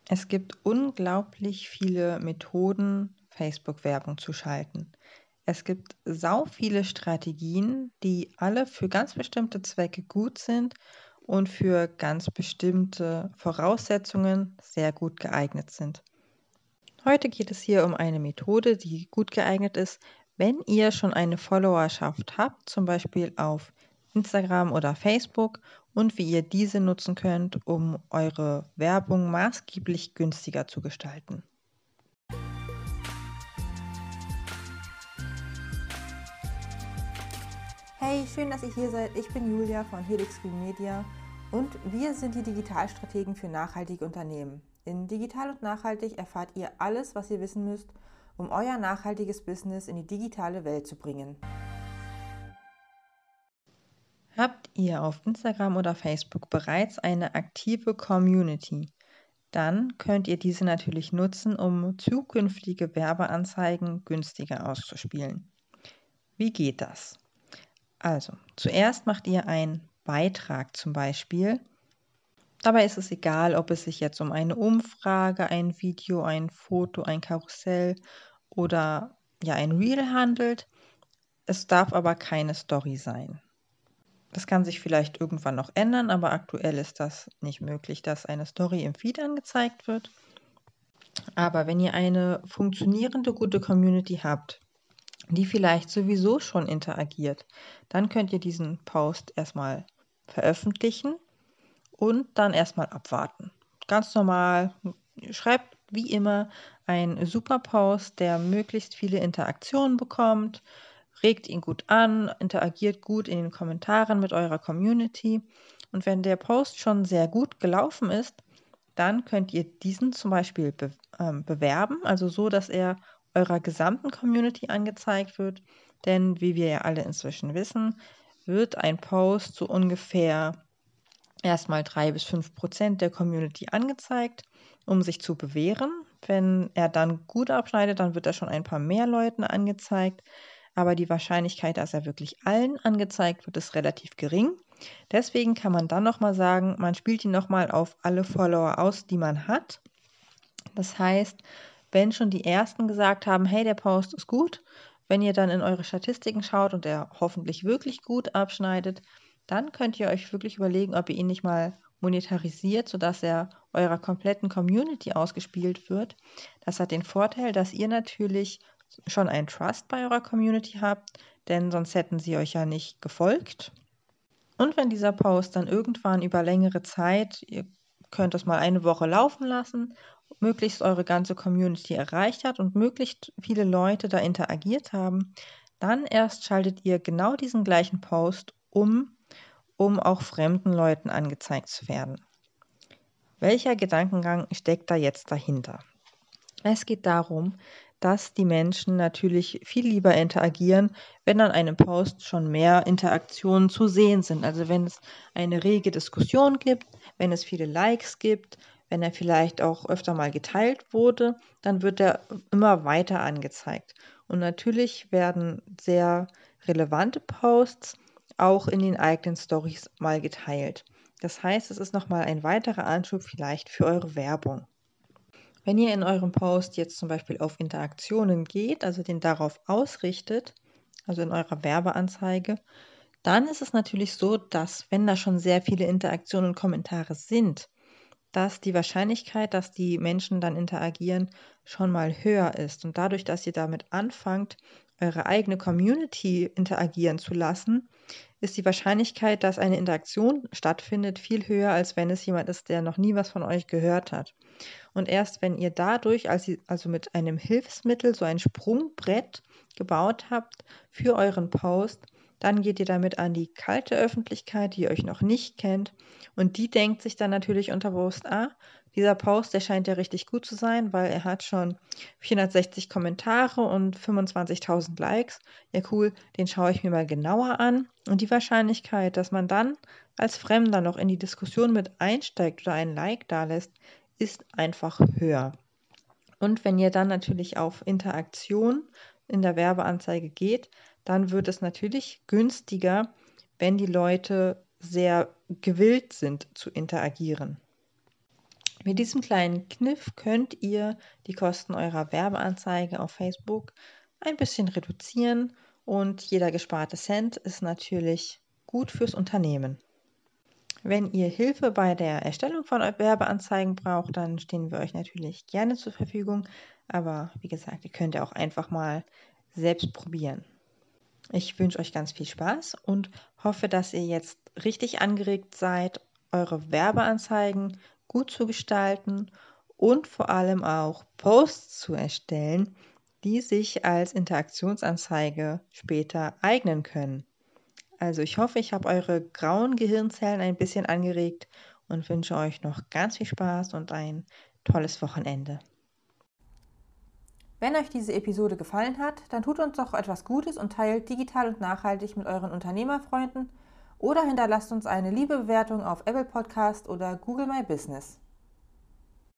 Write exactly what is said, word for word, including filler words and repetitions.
Es gibt unglaublich viele Methoden, Facebook-Werbung zu schalten. Es gibt sau viele Strategien, die alle für ganz bestimmte Zwecke gut sind und für ganz bestimmte Voraussetzungen sehr gut geeignet sind. Heute geht es hier um eine Methode, die gut geeignet ist, wenn ihr schon eine Followerschaft habt, zum Beispiel auf Instagram oder Facebook, und wie ihr diese nutzen könnt, um eure Werbung maßgeblich günstiger zu gestalten. Hey, schön, dass ihr hier seid. Ich bin Julia von Helix Green Media und wir sind die Digitalstrategen für nachhaltige Unternehmen. In Digital und Nachhaltig erfahrt ihr alles, was ihr wissen müsst, um euer nachhaltiges Business in die digitale Welt zu bringen. Habt ihr auf Instagram oder Facebook bereits eine aktive Community? Dann könnt ihr diese natürlich nutzen, um zukünftige Werbeanzeigen günstiger auszuspielen. Wie geht das? Also, zuerst macht ihr einen Beitrag zum Beispiel. Dabei ist es egal, ob es sich jetzt um eine Umfrage, ein Video, ein Foto, ein Karussell oder ja ein Reel handelt. Es darf aber keine Story sein. Das kann sich vielleicht irgendwann noch ändern, aber aktuell ist das nicht möglich, dass eine Story im Feed angezeigt wird. Aber wenn ihr eine funktionierende, gute Community habt, die vielleicht sowieso schon interagiert, dann könnt ihr diesen Post erstmal veröffentlichen und dann erstmal abwarten. Ganz normal, schreibt wie immer einen super Post, der möglichst viele Interaktionen bekommt, regt ihn gut an, interagiert gut in den Kommentaren mit eurer Community. Und wenn der Post schon sehr gut gelaufen ist, dann könnt ihr diesen zum Beispiel be ähm, bewerben, also so, dass er eurer gesamten Community angezeigt wird. Denn wie wir ja alle inzwischen wissen, wird ein Post so ungefähr erstmal drei bis fünf Prozent der Community angezeigt, um sich zu bewähren. Wenn er dann gut abschneidet, dann wird er schon ein paar mehr Leuten angezeigt. Aber die Wahrscheinlichkeit, dass er wirklich allen angezeigt wird, ist relativ gering. Deswegen kann man dann nochmal sagen, man spielt ihn nochmal auf alle Follower aus, die man hat. Das heißt, wenn schon die Ersten gesagt haben, hey, der Post ist gut, wenn ihr dann in eure Statistiken schaut und er hoffentlich wirklich gut abschneidet, dann könnt ihr euch wirklich überlegen, ob ihr ihn nicht mal monetarisiert, sodass er eurer kompletten Community ausgespielt wird. Das hat den Vorteil, dass ihr natürlich schon einen Trust bei eurer Community habt, denn sonst hätten sie euch ja nicht gefolgt. Und wenn dieser Post dann irgendwann über längere Zeit, ihr könnt das mal eine Woche laufen lassen, möglichst eure ganze Community erreicht hat und möglichst viele Leute da interagiert haben, dann erst schaltet ihr genau diesen gleichen Post um, um auch fremden Leuten angezeigt zu werden. Welcher Gedankengang steckt da jetzt dahinter? Es geht darum, dass die Menschen natürlich viel lieber interagieren, wenn an einem Post schon mehr Interaktionen zu sehen sind. Also wenn es eine rege Diskussion gibt, wenn es viele Likes gibt, wenn er vielleicht auch öfter mal geteilt wurde, dann wird er immer weiter angezeigt. Und natürlich werden sehr relevante Posts auch in den eigenen Stories mal geteilt. Das heißt, es ist nochmal ein weiterer Anschub vielleicht für eure Werbung. Wenn ihr in eurem Post jetzt zum Beispiel auf Interaktionen geht, also den darauf ausrichtet, also in eurer Werbeanzeige, dann ist es natürlich so, dass wenn da schon sehr viele Interaktionen und Kommentare sind, dass die Wahrscheinlichkeit, dass die Menschen dann interagieren, schon mal höher ist. Und dadurch, dass ihr damit anfangt, eure eigene Community interagieren zu lassen, ist die Wahrscheinlichkeit, dass eine Interaktion stattfindet, viel höher, als wenn es jemand ist, der noch nie was von euch gehört hat. Und erst wenn ihr dadurch, als ihr, also mit einem Hilfsmittel, so ein Sprungbrett gebaut habt für euren Post, dann geht ihr damit an die kalte Öffentlichkeit, die euch noch nicht kennt. Und die denkt sich dann natürlich unterbewusst, ah, dieser Post, der scheint ja richtig gut zu sein, weil er hat schon vierhundertsechzig Kommentare und fünfundzwanzigtausend Likes. Ja, cool, den schaue ich mir mal genauer an. Und die Wahrscheinlichkeit, dass man dann als Fremder noch in die Diskussion mit einsteigt oder ein Like dalässt, ist einfach höher. Und wenn ihr dann natürlich auf Interaktion in der Werbeanzeige geht, dann wird es natürlich günstiger, wenn die Leute sehr gewillt sind zu interagieren. Mit diesem kleinen Kniff könnt ihr die Kosten eurer Werbeanzeige auf Facebook ein bisschen reduzieren und jeder gesparte Cent ist natürlich gut fürs Unternehmen. Wenn ihr Hilfe bei der Erstellung von Werbeanzeigen braucht, dann stehen wir euch natürlich gerne zur Verfügung. Aber wie gesagt, ihr könnt ja auch einfach mal selbst probieren. Ich wünsche euch ganz viel Spaß und hoffe, dass ihr jetzt richtig angeregt seid, eure Werbeanzeigen gut zu gestalten und vor allem auch Posts zu erstellen, die sich als Interaktionsanzeige später eignen können. Also ich hoffe, ich habe eure grauen Gehirnzellen ein bisschen angeregt und wünsche euch noch ganz viel Spaß und ein tolles Wochenende. Wenn euch diese Episode gefallen hat, dann tut uns doch etwas Gutes und teilt digital und nachhaltig mit euren Unternehmerfreunden oder hinterlasst uns eine liebe Bewertung auf Apple Podcast oder Google My Business.